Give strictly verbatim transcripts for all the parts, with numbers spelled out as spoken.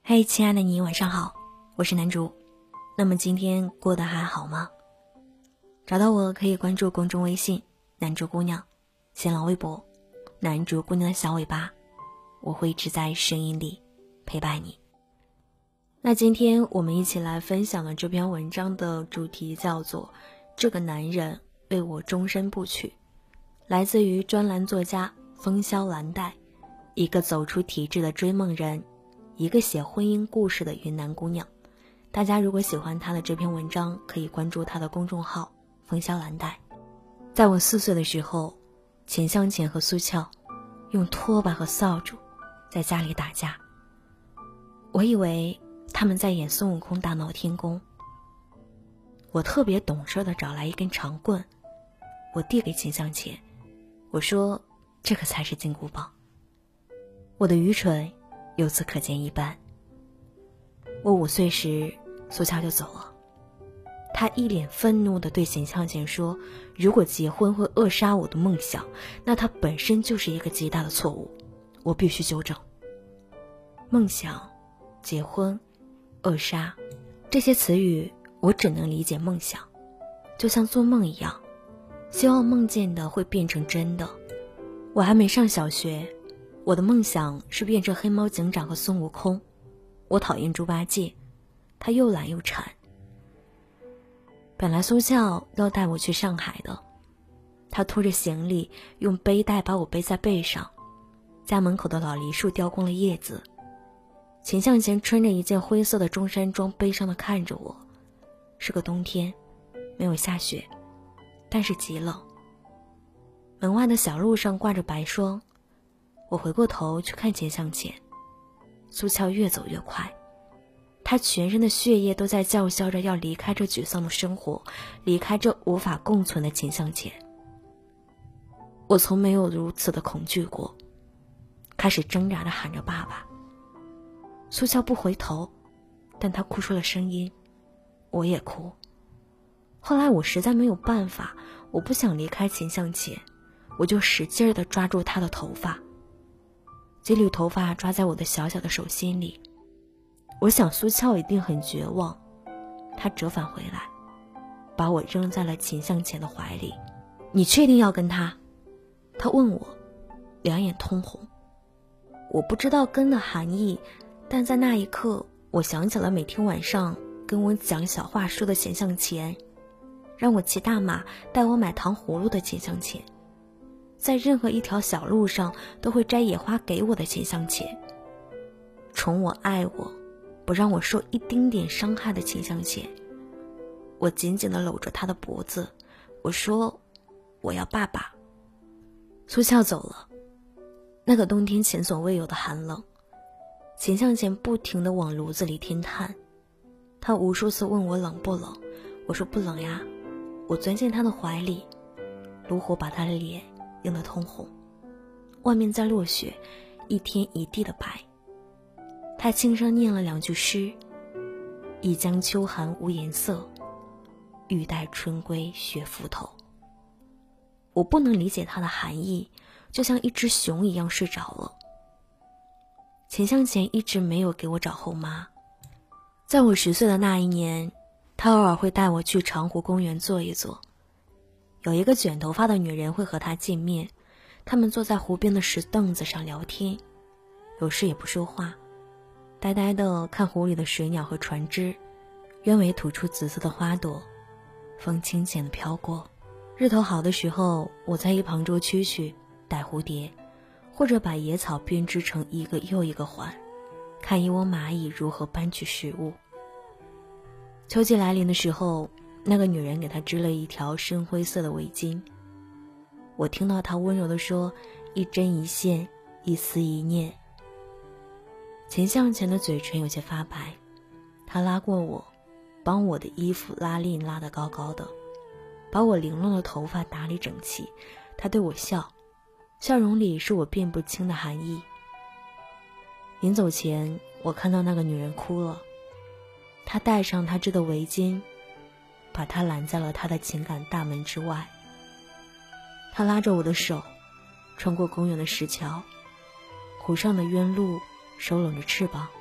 嘿，亲爱的你，晚上好，我是南竹。那么今天过得还好吗？找到我可以关注公众微信南竹姑娘，新浪微博南竹姑娘的小尾巴，我会一直在声音里陪伴你。那今天我们一起来分享的这篇文章的主题叫做这个男人为我终身不娶，来自于专栏作家风萧兰黛，一个走出体制的追梦人，一个写婚姻故事的云南姑娘。大家如果喜欢她的这篇文章，可以关注她的公众号风萧兰黛。在我四岁的时候，钱向前和苏俏用拖把和扫帚在家里打架，我以为他们在演孙悟空大闹天宫。我特别懂事的找来一根长棍，我递给钱向前，我说这个才是金箍棒。我的愚蠢由此可见一斑。我五岁时，苏俏就走了。她一脸愤怒地对钱向前说，如果结婚会扼杀我的梦想，那它本身就是一个极大的错误，我必须纠正。梦想、结婚、扼杀，这些词语我只能理解梦想，就像做梦一样，希望梦见的会变成真的。我还没上小学，我的梦想是变成黑猫警长和孙悟空。我讨厌猪八戒，他又懒又馋。本来苏俏要带我去上海的，他拖着行李，用背带把我背在背上。家门口的老梨树掉光了叶子，钱向前穿着一件灰色的中山装，悲伤地看着我。是个冬天，没有下雪，但是极冷。门外的小路上挂着白霜，我回过头去看钱向前，苏俏越走越快，她全身的血液都在叫嚣着要离开这沮丧的生活，离开这无法共存的钱向前。我从没有如此的恐惧过，开始挣扎着喊着爸爸。苏俏不回头，但她哭出了声音，我也哭。后来我实在没有办法，我不想离开钱向前，我就使劲地抓住她的头发，几缕头发抓在我的小小的手心里。我想苏俏一定很绝望，她折返回来，把我扔在了钱向前的怀里。你确定要跟他？她问我，两眼通红。我不知道跟的含义，但在那一刻，我想起了每天晚上跟我讲小话说的钱向前，让我骑大马带我买糖葫芦的钱向前，在任何一条小路上都会摘野花给我的钱向前，宠我爱我，不让我受一丁点伤害的钱向前。我紧紧地搂着他的脖子，我说我要爸爸。苏俏走了，那个冬天前所未有的寒冷，钱向前不停地往炉子里添炭。他无数次问我冷不冷，我说不冷呀。我钻进他的怀里，炉火把他的脸映得通红，外面在落雪，一天一地的白。他轻声念了两句诗，一江秋寒无颜色，欲待春归雪覆头。我不能理解它的含义，就像一只熊一样睡着了。钱向前一直没有给我找后妈。在我十岁的那一年，他偶尔会带我去长湖公园坐一坐，有一个卷头发的女人会和他见面，他们坐在湖边的石凳子上聊天，有时也不说话，呆呆地看湖里的水鸟和船只，鸢尾吐出紫色的花朵，风轻浅地飘过。日头好的时候，我在一旁捉蛐蛐、逮蝴蝶，或者把野草编织成一个又一个环，看一窝蚂蚁如何搬取食物。秋季来临的时候，那个女人给他织了一条深灰色的围巾。我听到她温柔地说，一针一线，一丝一念。钱向前的嘴唇有些发白，他拉过我，帮我的衣服拉链拉得高高的，把我凌乱的头发打理整齐。他对我笑，笑容里是我辨不清的含义。临走前，我看到那个女人哭了，她戴上她织的围巾，把她拦在了她的情感大门之外。她拉着我的手，穿过公园的石桥，湖上的鸢鹭收拢着翅膀，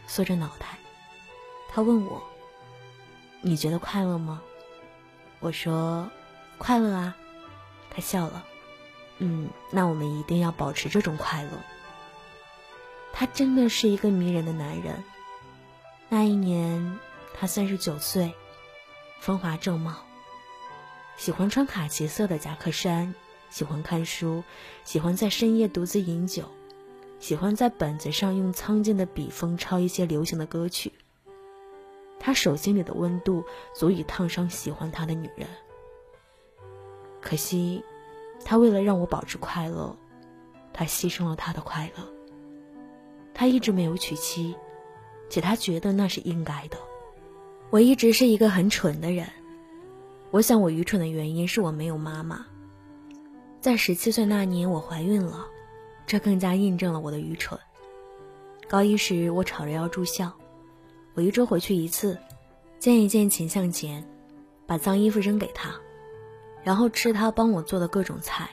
缩着脑袋。他问我，你觉得快乐吗？我说，快乐啊。他笑了，嗯，那我们一定要保持这种快乐。他真的是一个迷人的男人。那一年他三十九岁，风华正茂，喜欢穿卡其色的夹克衫，喜欢看书，喜欢在深夜独自饮酒，喜欢在本子上用苍劲的笔锋抄一些流行的歌曲。他手心里的温度足以烫伤喜欢他的女人。可惜他为了让我保持快乐，他牺牲了他的快乐。他一直没有娶妻，且他觉得那是应该的。我一直是一个很蠢的人。我想我愚蠢的原因是我没有妈妈。在十七岁那年我怀孕了，这更加印证了我的愚蠢。高一时我吵着要住校，我一周回去一次，见一见秦向前，把脏衣服扔给他，然后吃他帮我做的各种菜。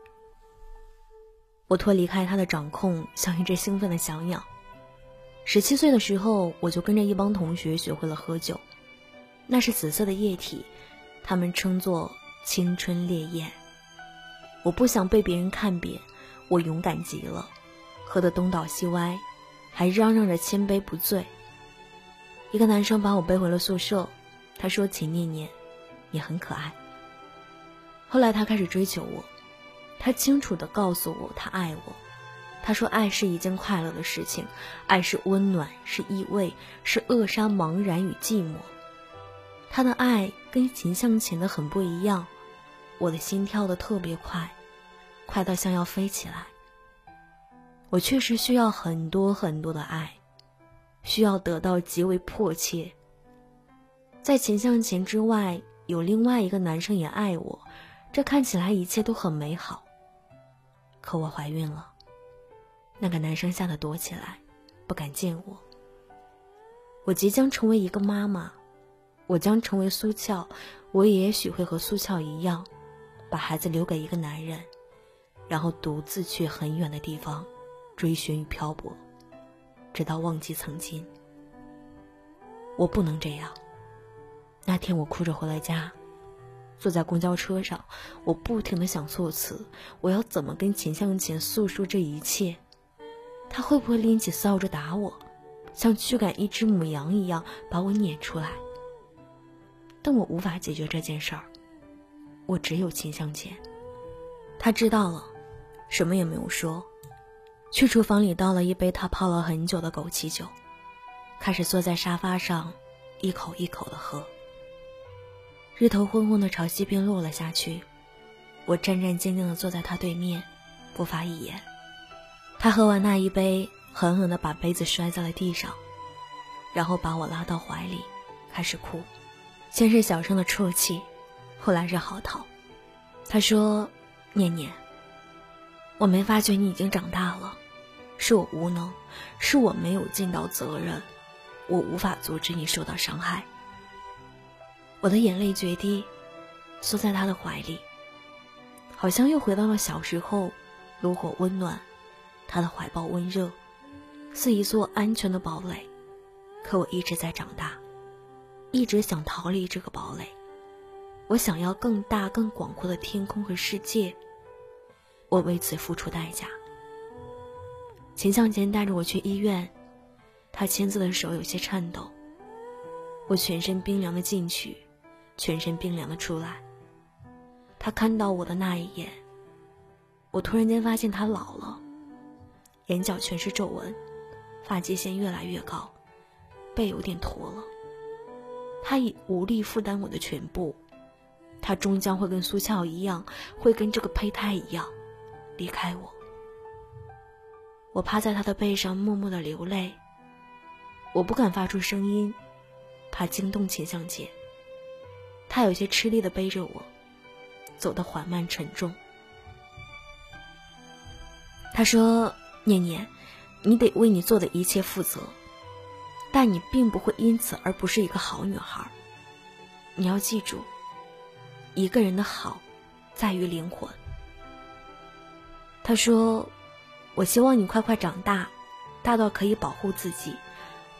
我脱离开他的掌控，像一只兴奋的小鸟。十七岁的时候，我就跟着一帮同学学会了喝酒，那是紫色的液体，他们称作青春烈焰。我不想被别人看扁，我勇敢极了，喝得东倒西歪，还嚷嚷着千杯不醉。一个男生把我背回了宿舍，他说，秦念念，你很可爱。后来他开始追求我，他清楚地告诉我他爱我。他说，爱是一件快乐的事情，爱是温暖，是依偎，是扼杀茫然与寂寞。他的爱跟秦向前的很不一样，我的心跳得特别快，快到像要飞起来。我确实需要很多很多的爱，需要得到极为迫切。在秦向前之外，有另外一个男生也爱我，这看起来一切都很美好。可我怀孕了，那个男生吓得躲起来，不敢见我。我即将成为一个妈妈，我将成为苏俏，我也许会和苏俏一样，把孩子留给一个男人，然后独自去很远的地方追寻与漂泊，直到忘记曾经。我不能这样。那天我哭着回了家，坐在公交车上，我不停地想措辞，我要怎么跟秦向前诉说这一切？他会不会拎起扫帚打我，像驱赶一只母羊一样把我撵出来？但我无法解决这件事儿，我只有秦向前。他知道了，什么也没有说，去厨房里倒了一杯他泡了很久的枸杞酒，开始坐在沙发上一口一口地喝。日头昏昏地朝西边落了下去，我战战兢兢地坐在他对面，不发一言。他喝完那一杯，狠狠地把杯子摔在了地上，然后把我拉到怀里，开始哭。先是小声的啜泣，后来是嚎啕。他说，念念，我没发觉你已经长大了，是我无能，是我没有尽到责任，我无法阻止你受到伤害。我的眼泪决堤，缩在他的怀里，好像又回到了小时候，炉火温暖，他的怀抱温热，似一座安全的堡垒。可我一直在长大，一直想逃离这个堡垒。我想要更大更广阔的天空和世界，我为此付出代价。秦向前带着我去医院，他签字的手有些颤抖。我全身冰凉的进去，全身冰凉的出来。他看到我的那一眼，我突然间发现他老了，眼角全是皱纹，发际线越来越高，背有点驼了。他已无力负担我的全部，他终将会跟苏俏一样，会跟这个胚胎一样离开我。我趴在他的背上默默地流泪，我不敢发出声音，怕惊动秦向前。他有些吃力地背着我，走得缓慢沉重。他说，念念，你得为你做的一切负责，但你并不会因此而不是一个好女孩。你要记住，一个人的好在于灵魂。他说，我希望你快快长大，大到可以保护自己，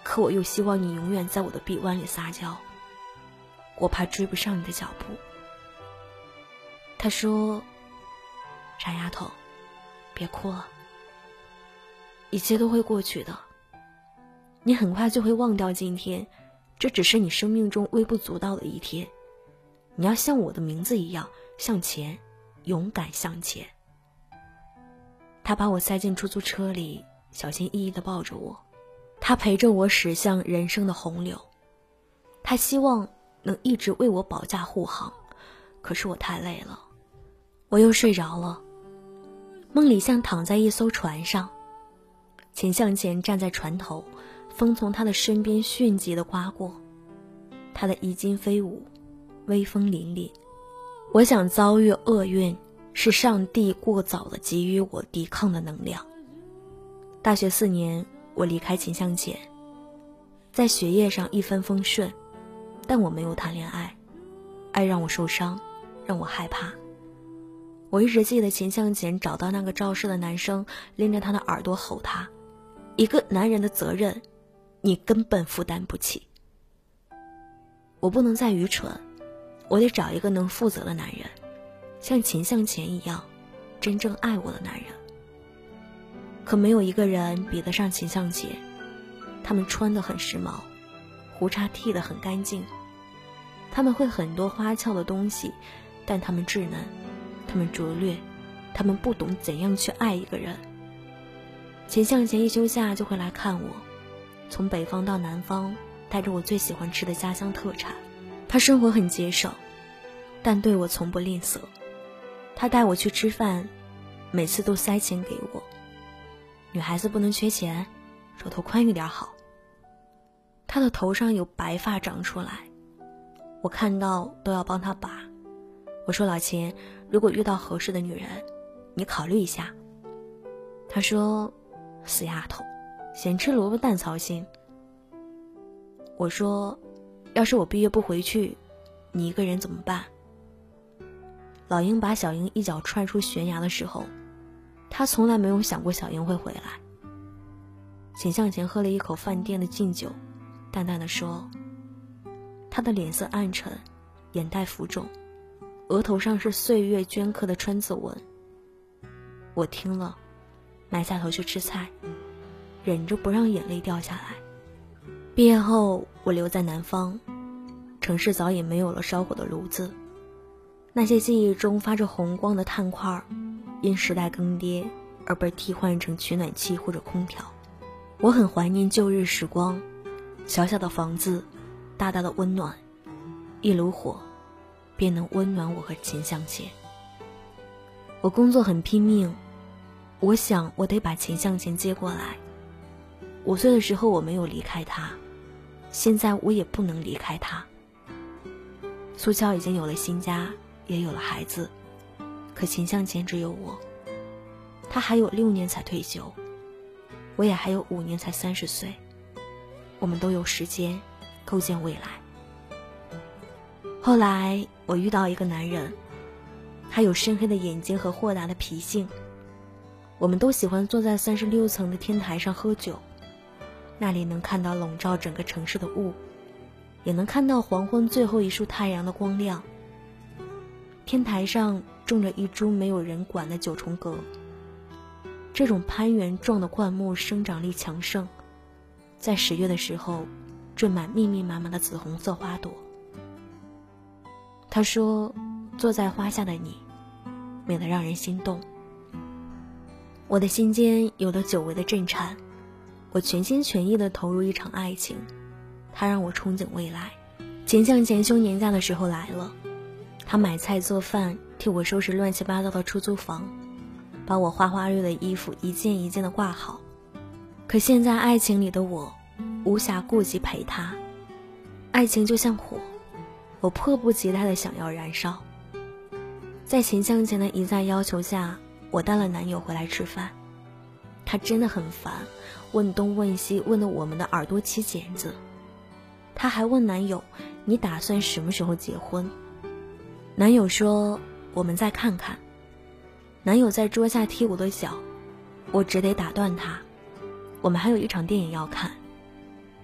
可我又希望你永远在我的臂弯里撒娇，我怕追不上你的脚步。他说，傻丫头，别哭了，一切都会过去的，你很快就会忘掉今天，这只是你生命中微不足道的一天，你要像我的名字一样向前，勇敢向前。他把我塞进出租车里，小心翼翼地抱着我，他陪着我驶向人生的洪流，他希望能一直为我保驾护航，可是我太累了，我又睡着了。梦里像躺在一艘船上，秦向前站在船头，风从他的身边迅疾地刮过，他的衣襟飞舞，微风凛凛。我想遭遇厄运，是上帝过早地给予我抵抗的能量。大学四年，我离开秦向前，在学业上一帆风顺，但我没有谈恋爱，爱让我受伤，让我害怕。我一直记得秦向前找到那个肇事的男生，拎着他的耳朵吼他，一个男人的责任你根本负担不起。我不能再愚蠢，我得找一个能负责的男人，像秦向前一样真正爱我的男人。可没有一个人比得上秦向前，他们穿得很时髦，胡茬剃得很干净，他们会很多花俏的东西，但他们稚嫩，他们拙劣，他们不懂怎样去爱一个人。秦向前一休假就会来看我，从北方到南方，带着我最喜欢吃的家乡特产。他生活很节省，但对我从不吝啬。他带我去吃饭，每次都塞钱给我。女孩子不能缺钱，手头宽裕点好。他的头上有白发长出来，我看到都要帮他拔。我说，老秦，如果遇到合适的女人，你考虑一下。他说，死丫头，咸吃萝卜淡操心。我说，要是我毕业不回去，你一个人怎么办？老鹰把小鹰一脚踹出悬崖的时候，他从来没有想过小鹰会回来。秦向前喝了一口饭店的敬酒，淡淡的说，他的脸色暗沉，眼袋浮肿，额头上是岁月镌刻的川字纹。我听了，埋下头去吃菜，忍着不让眼泪掉下来。毕业后，我留在南方，城市早已没有了烧火的炉子，那些记忆中发着红光的炭块，因时代更迭而被替换成取暖器或者空调。我很怀念旧日时光，小小的房子，大大的温暖，一炉火便能温暖我和秦向前。我工作很拼命，我想我得把秦向前接过来。五岁的时候我没有离开他，现在我也不能离开他。苏乔已经有了新家，也有了孩子，可秦向前只有我。他还有六年才退休，我也还有五年才三十岁，我们都有时间构建未来。后来我遇到一个男人，他有深黑的眼睛和豁达的脾性。我们都喜欢坐在三十六层的天台上喝酒，那里能看到笼罩整个城市的雾，也能看到黄昏最后一束太阳的光亮。天台上种着一株没有人管的九重葛，这种攀援状的灌木生长力强盛，在十月的时候缀满密密麻麻的紫红色花朵。他说，坐在花下的你美得让人心动。我的心间有了久违的震颤，我全心全意地投入一场爱情，它让我憧憬未来。秦向前休年假的时候来了，他买菜做饭，替我收拾乱七八糟的出租房，把我花花绿的衣服一件一件地挂好。可现在爱情里的我无暇顾及陪他，爱情就像火，我迫不及待地想要燃烧。在秦向前的一再要求下，我带了男友回来吃饭。他真的很烦，问东问西，问得我们的耳朵起茧子。他还问男友，你打算什么时候结婚？男友说，我们再看看。男友在桌下踢我的脚，我只得打断他，我们还有一场电影要看。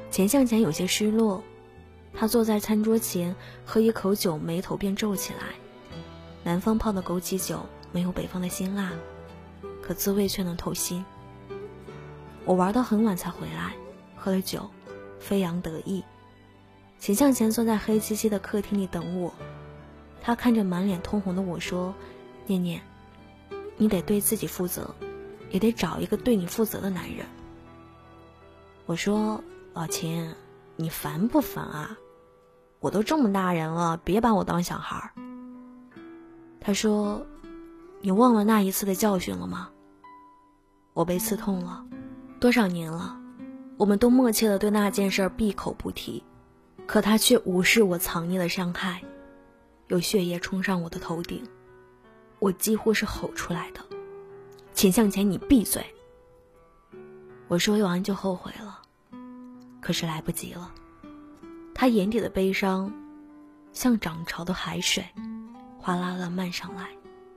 钱向前有些失落，他坐在餐桌前喝一口酒，眉头便皱起来。南方泡的枸杞酒没有北方的辛辣，可滋味却能透心。我玩到很晚才回来，喝了酒，飞扬得意。钱向前坐在黑漆漆的客厅里等我，他看着满脸通红的我说：念念，你得对自己负责，也得找一个对你负责的男人。我说：老钱，你烦不烦啊？我都这么大人了，别把我当小孩。他说：你忘了那一次的教训了吗？我被刺痛了，多少年了，我们都默契地对那件事闭口不提，可他却无视我藏匿的伤害，有血液冲上我的头顶，我几乎是吼出来的：钱向前，你闭嘴！我说完就后悔了，可是来不及了。他眼底的悲伤像涨潮的海水，哗啦啦漫上来。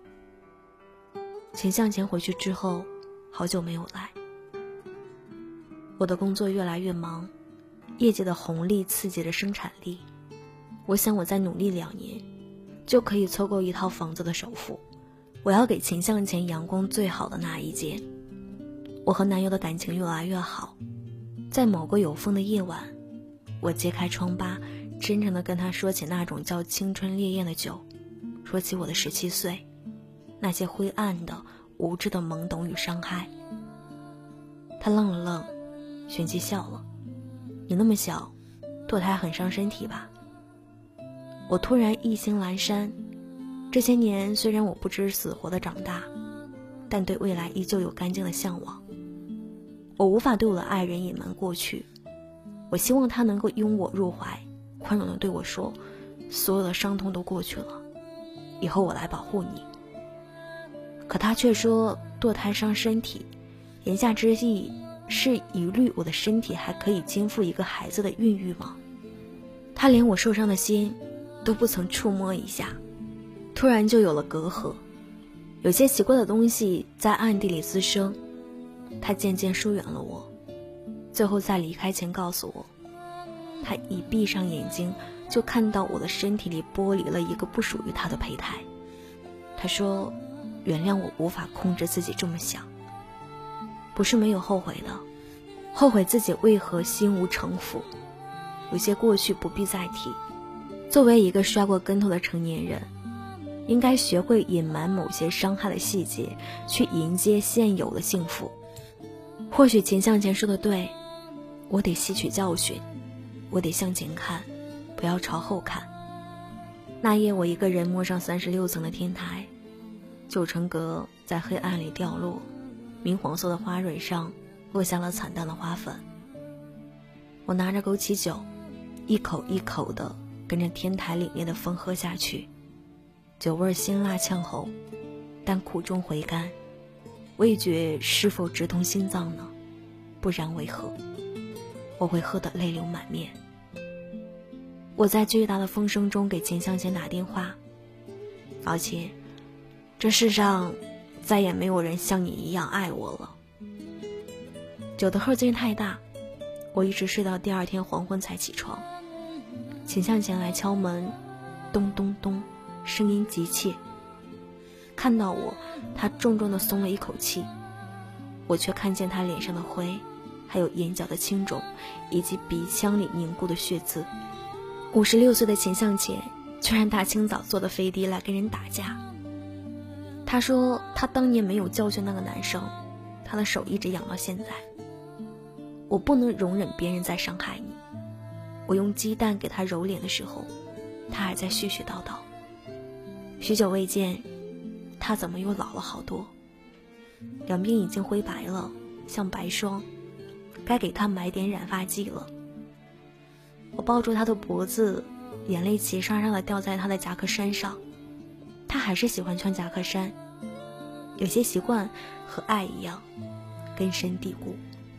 钱向前回去之后好久没有来。我的工作越来越忙，业绩的红利刺激着生产力，我想我再努力两年就可以凑够一套房子的首付。我要给钱向前阳光最好的那一间。我和男友的感情越来越好，在某个有风的夜晚，我揭开疮疤，真诚地跟他说起那种叫青春烈焰的酒，说起我的十七岁，那些灰暗的无知的懵懂与伤害。他愣了愣，旋即笑了：你那么小，堕胎很伤身体吧？我突然意兴阑珊，这些年虽然我不知死活的长大，但对未来依旧有干净的向往。我无法对我的爱人隐瞒过去，我希望他能够拥我入怀，宽容地对我说：所有的伤痛都过去了，以后我来保护你。可他却说堕胎伤身体，言下之意是疑虑我的身体还可以肩负一个孩子的孕育吗？他连我受伤的心都不曾触摸一下，突然就有了隔阂。有些奇怪的东西在暗地里滋生，他渐渐疏远了我，最后在离开前告诉我，他一闭上眼睛就看到我的身体里剥离了一个不属于他的胚胎。他说原谅我无法控制自己这么想，不是没有后悔的，后悔自己为何心无城府，有些过去不必再提。作为一个摔过跟头的成年人，应该学会隐瞒某些伤害的细节，去迎接现有的幸福。或许钱向前说的对，我得吸取教训，我得向前看，不要朝后看。那夜我一个人摸上三十六层的天台，九重阁在黑暗里掉落，明黄色的花蕊上落下了惨淡的花粉。我拿着枸杞酒，一口一口地跟着天台里面的风喝下去，酒味辛辣呛喉，但苦中回甘，味觉是否直通心脏呢？不然为何？我会喝得泪流满面。我在巨大的风声中给钱向前打电话：老钱，这世上再也没有人像你一样爱我了。酒的喝劲太大，我一直睡到第二天黄昏才起床。钱向前来敲门，咚咚咚，声音急切。看到我，他重重地松了一口气，我却看见他脸上的灰，还有眼角的青肿，以及鼻腔里凝固的血渍。五十六岁的钱向前居然大清早坐的飞的来跟人打架。他说他当年没有教训那个男生，他的手一直痒到现在。我不能容忍别人再伤害你。我用鸡蛋给他揉脸的时候，他还在絮絮叨叨。许久未见，他怎么又老了好多？两鬓已经灰白了，像白霜，该给他买点染发剂了。我抱住他的脖子，眼泪齐刷刷地掉在他的夹克衫上。他还是喜欢穿夹克衫，有些习惯和爱一样根深蒂固。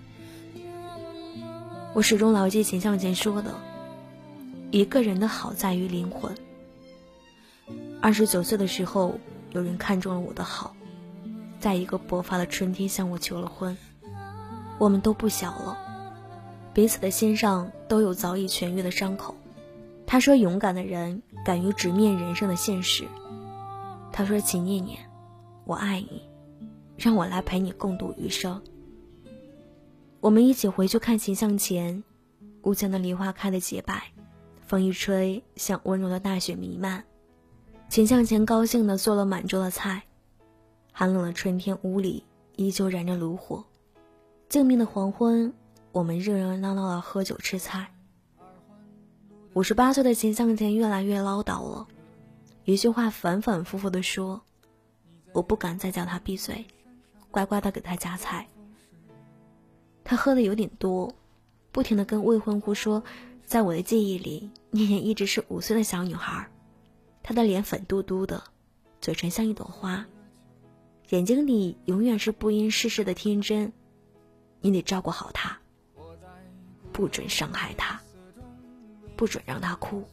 我始终牢记钱向前说的，一个人的好在于灵魂。二十九岁的时候，有人看中了我的好，在一个勃发的春天向我求了婚。我们都不小了， 彼此的心上都有早已痊愈的伤口。他说勇敢的人敢于直面人生的现实。他说秦念念，我爱你，让我来陪你共度余生。我们一起回去看秦向前，屋前的梨花开得洁白，风一吹，像温柔的大雪弥漫。秦向前高兴地做了满桌的菜，寒冷的春天，屋里依旧燃着炉火。静谧的黄昏，我们热热闹闹地喝酒吃菜。五十八岁的秦向前越来越唠叨了，一句话反反复复地说，我不敢再叫他闭嘴，乖乖地给他夹菜。他喝的有点多，不停地跟未婚夫说，在我的记忆里，念念一直是五岁的小女孩，她的脸粉嘟嘟的，嘴唇像一朵花，眼睛里永远是不因世事的天真。你得照顾好她，不准伤害她，不准让她哭。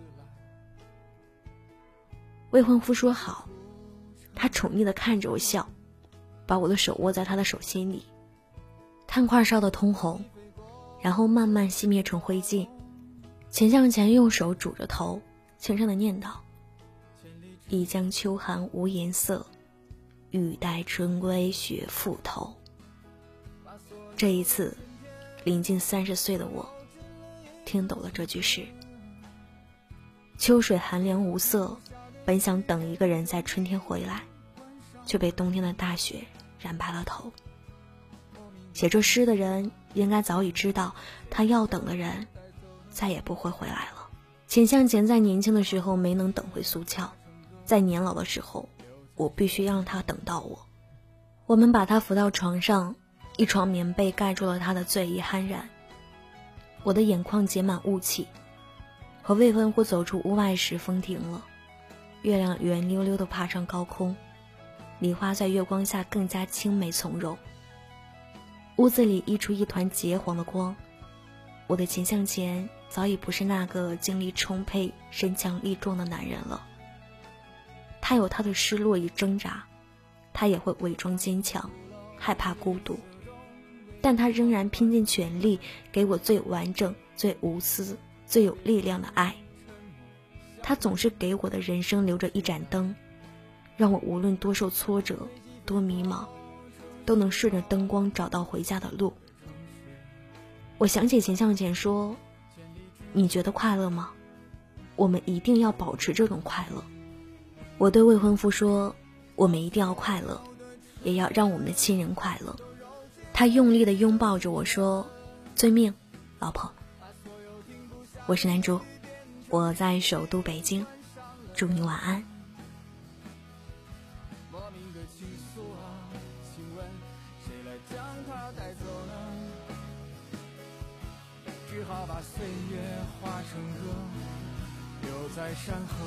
未婚夫说好，他宠溺地看着我笑，把我的手握在他的手心里，炭块烧得通红，然后慢慢熄灭成灰烬。秦向前用手拄着头，轻声地念叨，一江秋寒无颜色，欲待春归雪复头。这一次临近三十岁的我听懂了这句诗。秋水寒凉无色，本想等一个人在春天回来，却被冬天的大雪染白了头。写这诗的人应该早已知道，他要等的人再也不会回来了。秦向前在年轻的时候没能等回苏俏，在年老的时候，我必须让他等到我。我们把他扶到床上，一床棉被盖住了他的醉意酣然。我的眼眶结满雾气。和未婚夫走出屋外时，风停了，月亮圆溜溜地爬上高空，梨花在月光下更加清美从容。屋子里溢出一团结黄的光。我的秦向前早已不是那个精力充沛身强力壮的男人了，他有他的失落与挣扎，他也会伪装坚强，害怕孤独，但他仍然拼尽全力给我最完整、最无私、最有力量的爱。他总是给我的人生留着一盏灯，让我无论多受挫折，多迷茫，都能顺着灯光找到回家的路。我想起秦向前说，你觉得快乐吗？我们一定要保持这种快乐。我对未婚夫说，我们一定要快乐，也要让我们的亲人快乐。他用力地拥抱着我说，遵命，老婆。我是南珠，我在首都北京，祝你晚安。莫名的情愫啊，请问谁来将它带走呢？只好把岁月化成歌，留在山河。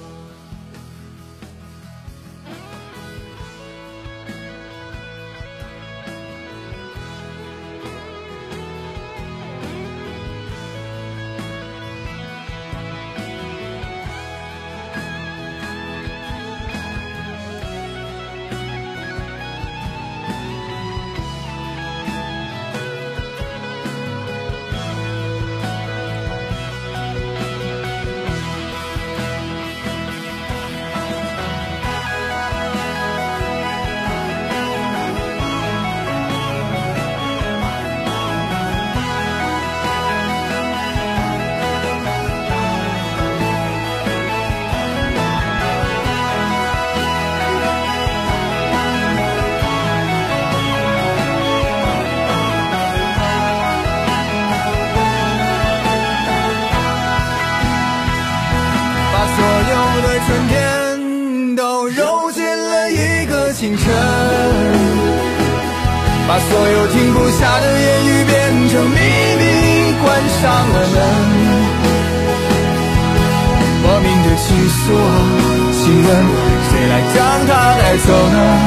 春天都揉进了一个清晨，把所有停不下的言语变成秘密，关上了门。莫名的情愫啊，请问谁来将它带走呢？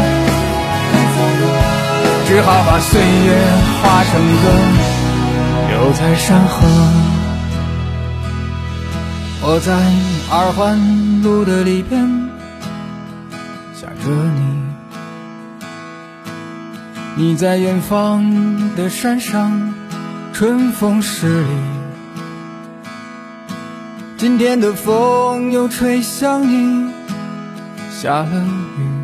只好把岁月化成歌，留在山河。我在二环路的里边想着你，你在远方的山上春风十里，今天的风又吹向你，下了雨。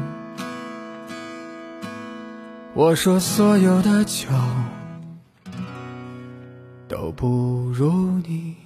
我说所有的酒都不如你。